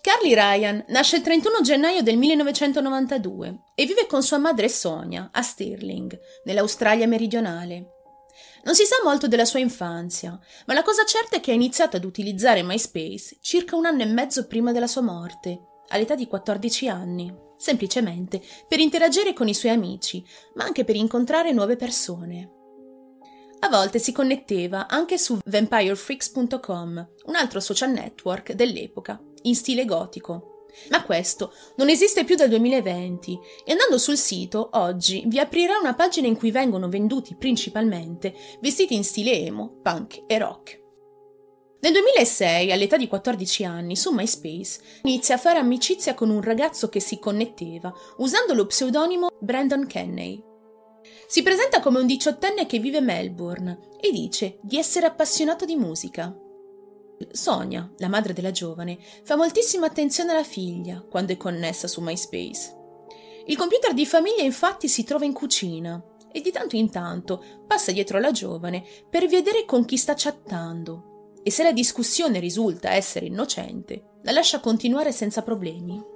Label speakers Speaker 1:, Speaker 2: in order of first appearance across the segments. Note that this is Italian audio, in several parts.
Speaker 1: Carly Ryan nasce il 31 gennaio del 1992 e vive con sua madre Sonia a Stirling, nell'Australia meridionale. Non si sa molto della sua infanzia, ma la cosa certa è che ha iniziato ad utilizzare MySpace circa 1 anno e mezzo prima della sua morte, all'età di 14 anni, semplicemente per interagire con i suoi amici, ma anche per incontrare nuove persone. A volte si connetteva anche su vampirefreaks.com, un altro social network dell'epoca, in stile gotico. Ma questo non esiste più dal 2020 e andando sul sito oggi vi aprirà una pagina in cui vengono venduti principalmente vestiti in stile emo, punk e rock. Nel 2006, all'età di 14 anni, su MySpace, inizia a fare amicizia con un ragazzo che si connetteva usando lo pseudonimo Brandon Kenney. Si presenta come un 18enne che vive a Melbourne e dice di essere appassionato di musica. Sonia, la madre della giovane, fa moltissima attenzione alla figlia quando è connessa su MySpace. Il computer di famiglia infatti si trova in cucina e di tanto in tanto passa dietro alla giovane per vedere con chi sta chattando e se la discussione risulta essere innocente, la lascia continuare senza problemi.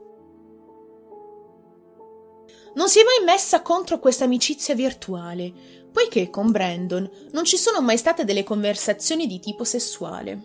Speaker 1: Non si è mai messa contro questa amicizia virtuale, poiché con Brandon non ci sono mai state delle conversazioni di tipo sessuale.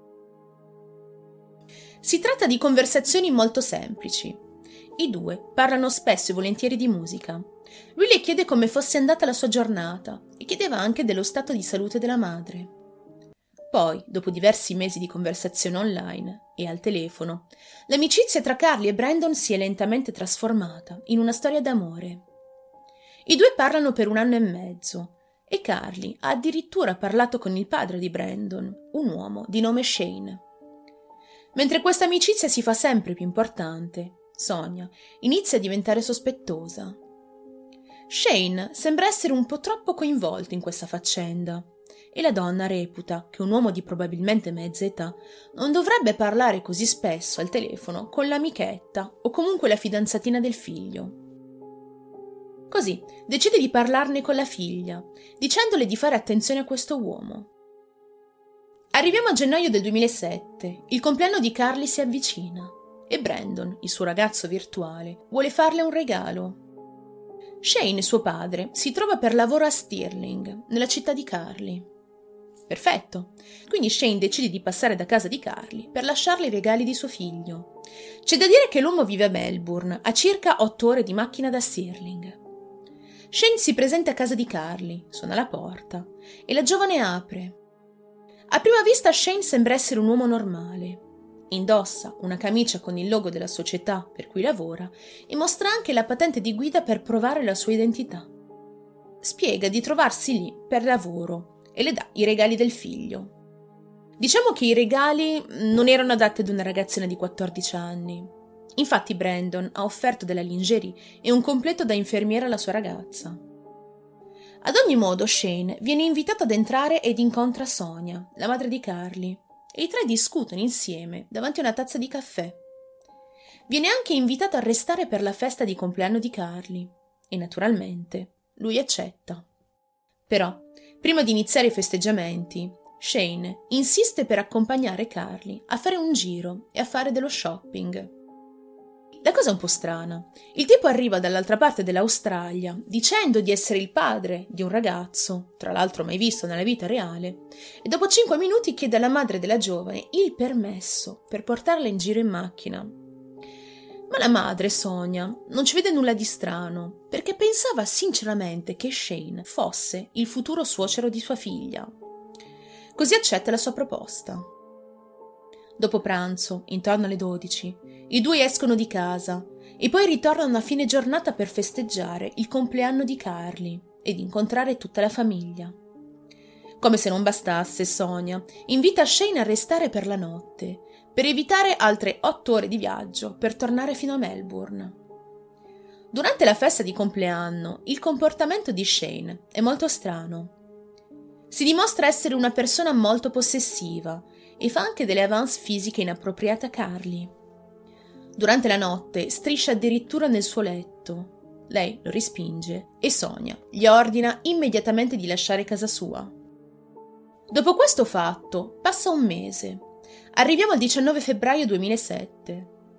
Speaker 1: Si tratta di conversazioni molto semplici. I due parlano spesso e volentieri di musica. Lui le chiede come fosse andata la sua giornata e chiedeva anche dello stato di salute della madre. Poi, dopo diversi mesi di conversazione online e al telefono, l'amicizia tra Carly e Brandon si è lentamente trasformata in una storia d'amore. I due parlano per 1 anno e mezzo e Carly ha addirittura parlato con il padre di Brandon, un uomo di nome Shane. Mentre questa amicizia si fa sempre più importante, Sonia inizia a diventare sospettosa. Shane sembra essere un po' troppo coinvolto in questa faccenda e la donna reputa che un uomo di probabilmente mezza età non dovrebbe parlare così spesso al telefono con l'amichetta o comunque la fidanzatina del figlio. Così decide di parlarne con la figlia, dicendole di fare attenzione a questo uomo. Arriviamo a gennaio del 2007, il compleanno di Carly si avvicina e Brandon, il suo ragazzo virtuale, vuole farle un regalo. Shane, suo padre, si trova per lavoro a Stirling, nella città di Carly. Perfetto, quindi Shane decide di passare da casa di Carly per lasciarle i regali di suo figlio. C'è da dire che l'uomo vive a Melbourne, a circa 8 ore di macchina da Stirling. Shane si presenta a casa di Carly, suona la porta e la giovane apre. A prima vista Shane sembra essere un uomo normale. Indossa una camicia con il logo della società per cui lavora e mostra anche la patente di guida per provare la sua identità. Spiega di trovarsi lì per lavoro e le dà i regali del figlio. Diciamo che i regali non erano adatti ad una ragazzina di 14 anni. Infatti Brandon ha offerto della lingerie e un completo da infermiera alla sua ragazza. Ad ogni modo Shane viene invitato ad entrare ed incontra Sonia, la madre di Carly, e i tre discutono insieme davanti a una tazza di caffè. Viene anche invitato a restare per la festa di compleanno di Carly e naturalmente lui accetta. Però, prima di iniziare i festeggiamenti, Shane insiste per accompagnare Carly a fare un giro e a fare dello shopping. La cosa è un po' strana. Il tipo arriva dall'altra parte dell'Australia dicendo di essere il padre di un ragazzo, tra l'altro mai visto nella vita reale, e dopo 5 minuti chiede alla madre della giovane il permesso per portarla in giro in macchina. Ma la madre, Sonia, non ci vede nulla di strano, perché pensava sinceramente che Shane fosse il futuro suocero di sua figlia. Così accetta la sua proposta. Dopo pranzo, intorno alle 12, i due escono di casa e poi ritornano a fine giornata per festeggiare il compleanno di Carly ed incontrare tutta la famiglia. Come se non bastasse, Sonia invita Shane a restare per la notte, per evitare altre 8 ore di viaggio per tornare fino a Melbourne. Durante la festa di compleanno, il comportamento di Shane è molto strano. Si dimostra essere una persona molto possessiva e fa anche delle avance fisiche inappropriate a Carly. Durante la notte striscia addirittura nel suo letto. Lei lo respinge e Sonia gli ordina immediatamente di lasciare casa sua. Dopo questo fatto passa un mese. Arriviamo al 19 febbraio 2007.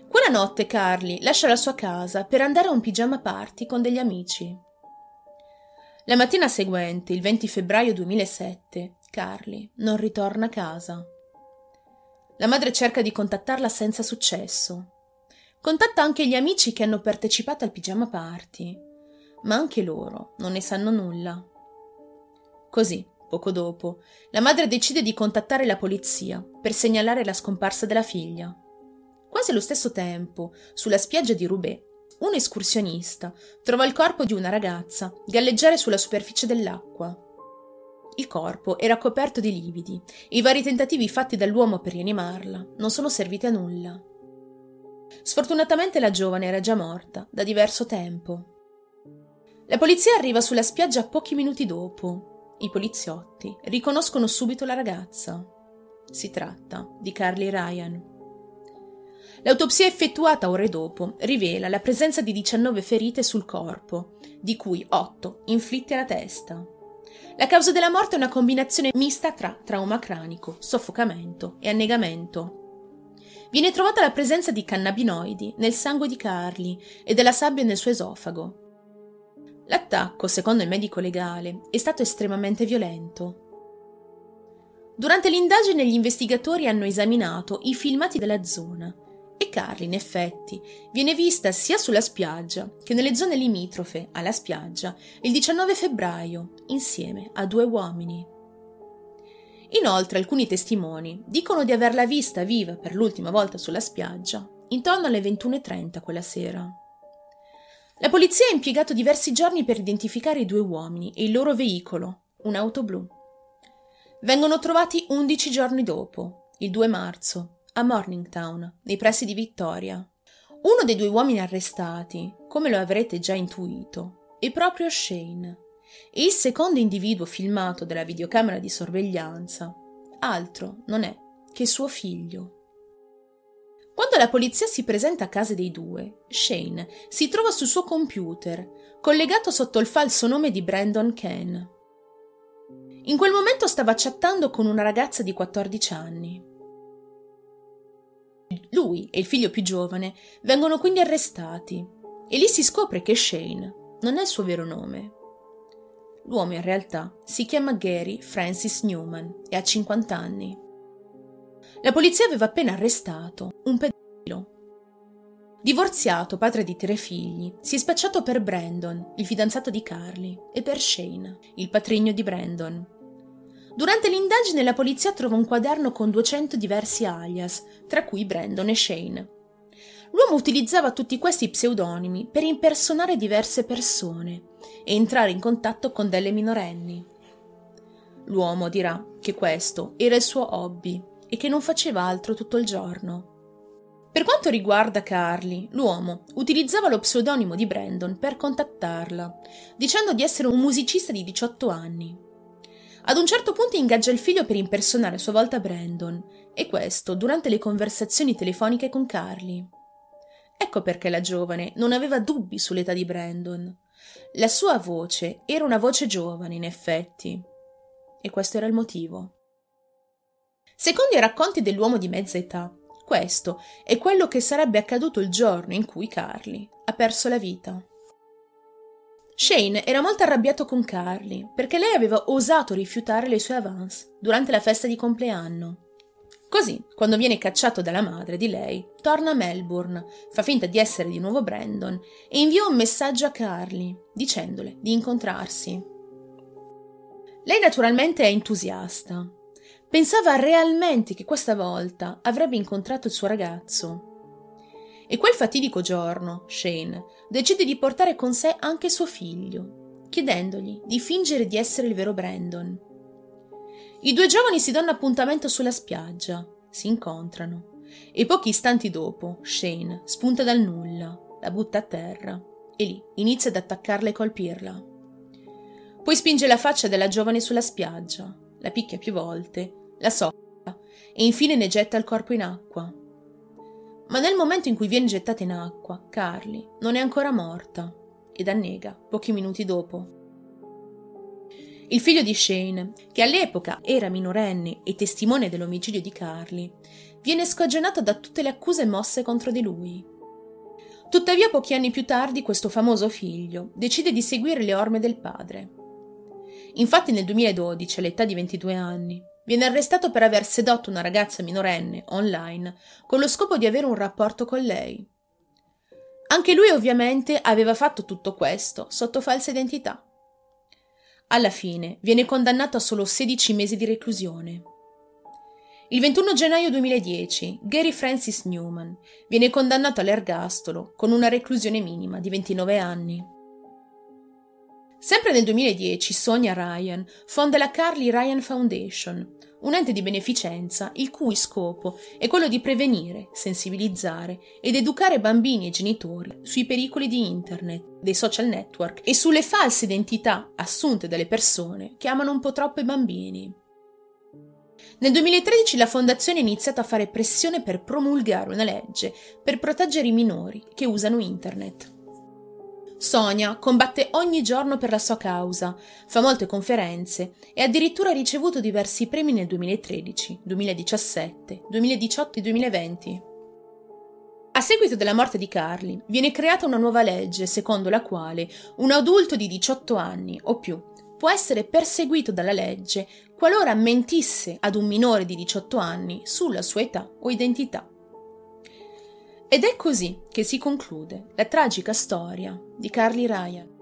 Speaker 1: Quella notte Carly lascia la sua casa per andare a un pigiama party con degli amici. La mattina seguente, il 20 febbraio 2007, Carly non ritorna a casa. La madre cerca di contattarla senza successo. Contatta anche gli amici che hanno partecipato al pigiama party, ma anche loro non ne sanno nulla. Così, poco dopo, la madre decide di contattare la polizia per segnalare la scomparsa della figlia. Quasi allo stesso tempo, sulla spiaggia di Roubaix, un escursionista trova il corpo di una ragazza galleggiare sulla superficie dell'acqua. Il corpo era coperto di lividi e i vari tentativi fatti dall'uomo per rianimarla non sono serviti a nulla. Sfortunatamente la giovane era già morta da diverso tempo. La polizia arriva sulla spiaggia pochi minuti dopo. I poliziotti riconoscono subito la ragazza. Si tratta di Carly Ryan. L'autopsia effettuata ore dopo rivela la presenza di 19 ferite sul corpo, di cui 8 inflitte alla testa. La causa della morte è una combinazione mista tra trauma cranico, soffocamento e annegamento. Viene trovata la presenza di cannabinoidi nel sangue di Carly e della sabbia nel suo esofago. L'attacco, secondo il medico legale, è stato estremamente violento. Durante l'indagine gli investigatori hanno esaminato i filmati della zona e Carly, in effetti, viene vista sia sulla spiaggia che nelle zone limitrofe alla spiaggia il 19 febbraio, insieme a 2 uomini. Inoltre alcuni testimoni dicono di averla vista viva per l'ultima volta sulla spiaggia intorno alle 21:30 quella sera. La polizia ha impiegato diversi giorni per identificare i 2 uomini e il loro veicolo, un'auto blu. Vengono trovati 11 giorni dopo, il 2 marzo, a Morningtown, nei pressi di Victoria. Uno dei 2 uomini arrestati, come lo avrete già intuito, è proprio Shane, e il secondo individuo filmato dalla videocamera di sorveglianza altro non è che suo figlio. Quando la polizia si presenta a casa dei 2, Shane si trova sul suo computer, collegato sotto il falso nome di Brandon Kane. In quel momento stava chattando con una ragazza di 14 anni. Lui e il figlio più giovane vengono quindi arrestati e lì si scopre che Shane non è il suo vero nome. L'uomo in realtà si chiama Gary Francis Newman e ha 50 anni. La polizia aveva appena arrestato un pedofilo. Divorziato, padre di 3 figli, si è spacciato per Brandon, il fidanzato di Carly, e per Shane, il patrigno di Brandon. Durante l'indagine la polizia trova un quaderno con 200 diversi alias, tra cui Brandon e Shane. L'uomo utilizzava tutti questi pseudonimi per impersonare diverse persone e entrare in contatto con delle minorenni. L'uomo dirà che questo era il suo hobby e che non faceva altro tutto il giorno. Per quanto riguarda Carly, l'uomo utilizzava lo pseudonimo di Brandon per contattarla, dicendo di essere un musicista di 18 anni. Ad un certo punto ingaggia il figlio per impersonare a sua volta Brandon, e questo durante le conversazioni telefoniche con Carly. Ecco perché la giovane non aveva dubbi sull'età di Brandon. La sua voce era una voce giovane, in effetti, e questo era il motivo. Secondo i racconti dell'uomo di mezza età, questo è quello che sarebbe accaduto il giorno in cui Carly ha perso la vita. Shane era molto arrabbiato con Carly perché lei aveva osato rifiutare le sue avance durante la festa di compleanno. Così, quando viene cacciato dalla madre di lei, torna a Melbourne, fa finta di essere di nuovo Brandon e invia un messaggio a Carly dicendole di incontrarsi. Lei naturalmente è entusiasta. Pensava realmente che questa volta avrebbe incontrato il suo ragazzo. E quel fatidico giorno, Shane decide di portare con sé anche suo figlio, chiedendogli di fingere di essere il vero Brandon. I 2 giovani si danno appuntamento sulla spiaggia, si incontrano, e pochi istanti dopo Shane spunta dal nulla, la butta a terra, e lì inizia ad attaccarla e colpirla. Poi spinge la faccia della giovane sulla spiaggia, la picchia più volte, la soffoca e infine ne getta il corpo in acqua. Ma nel momento in cui viene gettata in acqua, Carly non è ancora morta ed annega pochi minuti dopo. Il figlio di Shane, che all'epoca era minorenne e testimone dell'omicidio di Carly, viene scagionato da tutte le accuse mosse contro di lui. Tuttavia, pochi anni più tardi, questo famoso figlio decide di seguire le orme del padre. Infatti nel 2012, all'età di 22 anni, viene arrestato per aver sedotto una ragazza minorenne online con lo scopo di avere un rapporto con lei. Anche lui ovviamente aveva fatto tutto questo sotto falsa identità. Alla fine viene condannato a solo 16 mesi di reclusione. Il 21 gennaio 2010 Gary Francis Newman viene condannato all'ergastolo con una reclusione minima di 29 anni. Sempre nel 2010 Sonia Ryan fonda la Carly Ryan Foundation, un ente di beneficenza il cui scopo è quello di prevenire, sensibilizzare ed educare bambini e genitori sui pericoli di internet, dei social network e sulle false identità assunte dalle persone che amano un po' troppo i bambini. Nel 2013 la fondazione ha iniziato a fare pressione per promulgare una legge per proteggere i minori che usano internet. Sonia combatte ogni giorno per la sua causa, fa molte conferenze e addirittura ha ricevuto diversi premi nel 2013, 2017, 2018 e 2020. A seguito della morte di Carly, viene creata una nuova legge secondo la quale un adulto di 18 anni o più può essere perseguito dalla legge qualora mentisse ad un minore di 18 anni sulla sua età o identità. Ed è così che si conclude la tragica storia di Carly Ryan.